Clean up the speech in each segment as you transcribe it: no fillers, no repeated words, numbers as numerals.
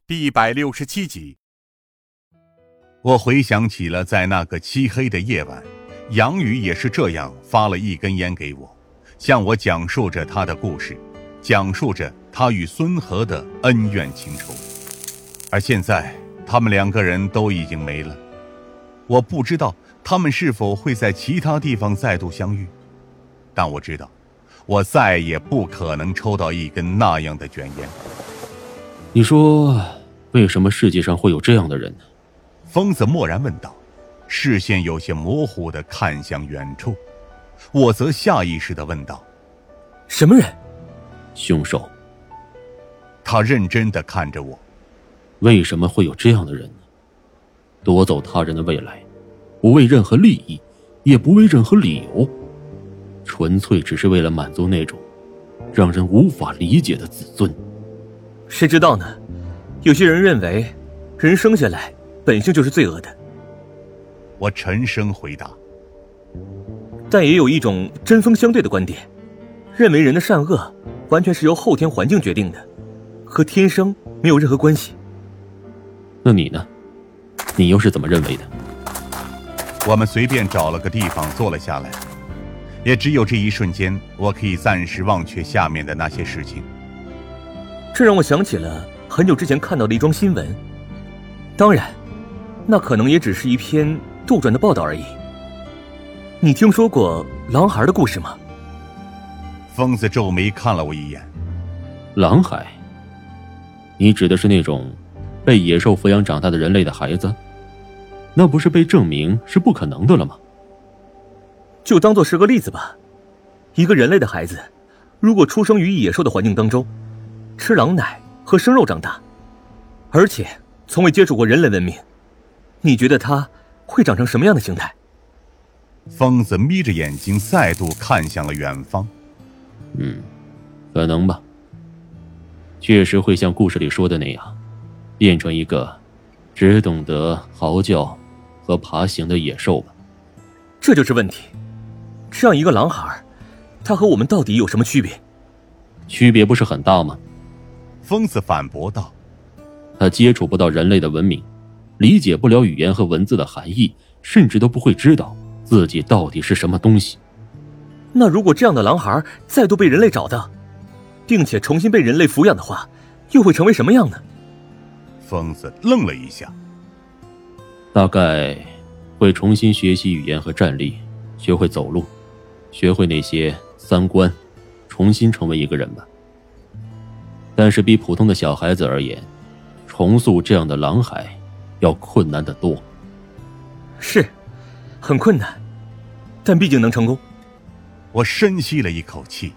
第167集。 我回想起了在那个漆黑的夜晚，杨宇也是这样发了一根烟给我，向我讲述着他的故事，讲述着他与孙和的恩怨情仇。而现在他们两个人都已经没了，我不知道他们是否会在其他地方再度相遇，但我知道我再也不可能抽到一根那样的卷烟。 你说为什么世界上会有这样的人呢？ 疯子默然问道，视线有些模糊地看向远处。我则下意识地问道， 什么人？ 凶手。 他认真地看着我。 为什么会有这样的人呢？夺走他人的未来，不为任何利益，也不为任何理由，纯粹只是为了满足那种让人无法理解的自尊。 谁知道呢？有些人认为人生下来本性就是罪恶的。 我沉声回答。 但也有一种针锋相对的观点，认为人的善恶完全是由后天环境决定的，和天生没有任何关系。 那你呢？你又是怎么认为的？ 我们随便找了个地方坐了下来，也只有这一瞬间，我可以暂时忘却下面的那些事情。 这让我想起了很久之前看到的一桩新闻，当然那可能也只是一篇杜撰的报道而已。你听说过狼孩的故事吗？ 疯子皱眉看了我一眼。 狼孩？你指的是那种被野兽抚养长大的人类的孩子？那不是被证明是不可能的了吗？ 就当作是个例子吧。一个人类的孩子如果出生于野兽的环境当中，吃狼奶和生肉长大，而且从未接触过人类文明，你觉得他会长成什么样的形态？ 疯子眯着眼睛再度看向了远方。 可能吧。确实会像故事里说的那样，变成一个只懂得嚎叫和爬行的野兽吧。 这就是问题。这样一个狼孩，他和我们到底有什么区别？ 区别不是很大吗？ 疯子反驳道， 他接触不到人类的文明，理解不了语言和文字的含义，甚至都不会知道自己到底是什么东西。 那如果这样的狼孩再度被人类找到，并且重新被人类抚养的话，又会成为什么样呢？ 疯子愣了一下。 大概会重新学习语言和站立，学会走路，学会那些三观，重新成为一个人吧。但是比普通的小孩子而言，重塑这样的狼孩要困难得多。 是，很困难，但毕竟能成功。 我深吸了一口气。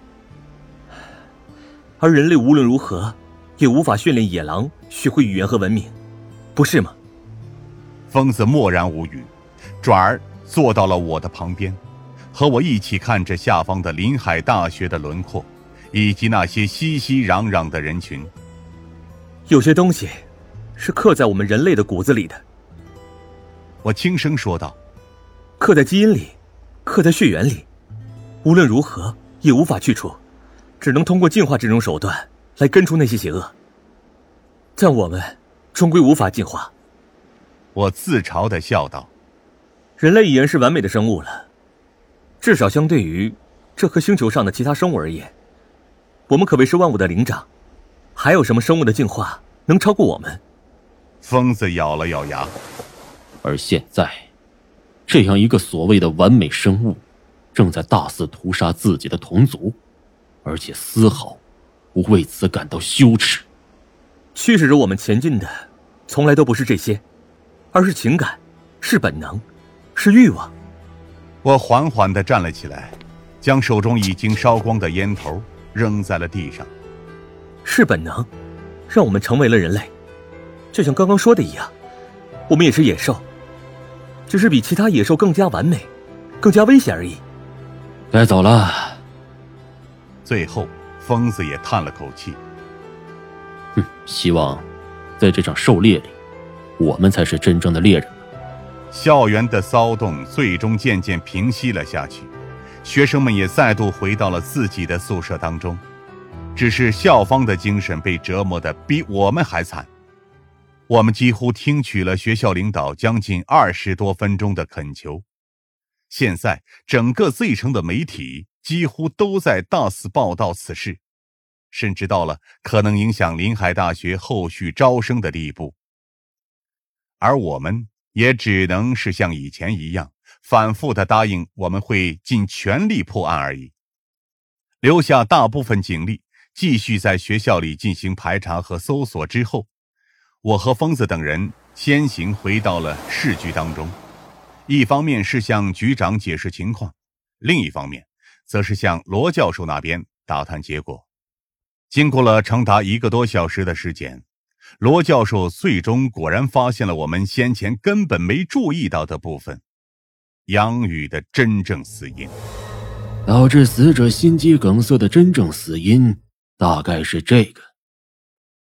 而人类无论如何也无法训练野狼学会语言和文明，不是吗？ 疯子默然无语，转而坐到了我的旁边，和我一起看着下方的临海大学的轮廓，以及那些熙熙攘攘的人群。 有些东西是刻在我们人类的骨子里的。 我轻声说道， 刻在基因里，刻在血缘里，无论如何也无法去除，只能通过进化这种手段来根除那些邪恶。但我们终归无法进化。 我自嘲地笑道， 人类已然是完美的生物了，至少相对于这颗星球上的其他生物而言，我们可谓是万物的灵长。还有什么生物的进化能超过我们？ 疯子咬了咬牙。 而现在，这样一个所谓的完美生物，正在大肆屠杀自己的同族，而且丝毫不为此感到羞耻。 驱使着我们前进的从来都不是这些，而是情感，是本能，是欲望。 我缓缓地站了起来，将手中已经烧光的烟头扔在了地上。 是本能让我们成为了人类，就像刚刚说的一样，我们也是野兽，只是比其他野兽更加完美，更加危险而已。 该走了。 最后疯子也叹了口气。 希望在这场狩猎里，我们才是真正的猎人吧。 校园的骚动最终渐渐平息了下去，学生们也再度回到了自己的宿舍当中，只是校方的精神被折磨得比我们还惨。 我们几乎听取了学校领导将近20多分钟的恳求。现在整个 Z 城的媒体几乎都在大肆报道此事，甚至到了可能影响临海大学后续招生的地步。而我们也只能是像以前一样，反复地答应我们会尽全力破案而已，留下大部分警力继续在学校里进行排查和搜索。之后，我和疯子等人先行回到了市局当中，一方面是向局长解释情况，另一方面则是向罗教授那边打探结果。经过了长达1个多小时的时间，罗教授最终果然发现了我们先前根本没注意到的部分，杨宇的真正死因。 导致死者心肌梗塞的真正死因大概是这个。